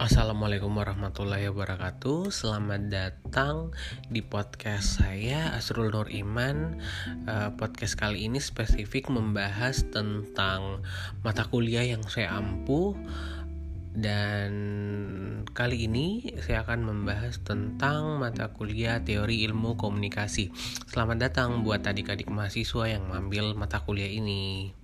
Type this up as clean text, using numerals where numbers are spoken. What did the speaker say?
Assalamualaikum warahmatullahi wabarakatuh. Selamat datang di podcast saya Asrul Nur Iman. Podcast kali ini spesifik membahas tentang mata kuliah yang saya ampuh. Dan kali ini saya akan membahas tentang mata kuliah teori ilmu komunikasi. Selamat datang buat adik-adik mahasiswa yang mengambil mata kuliah ini.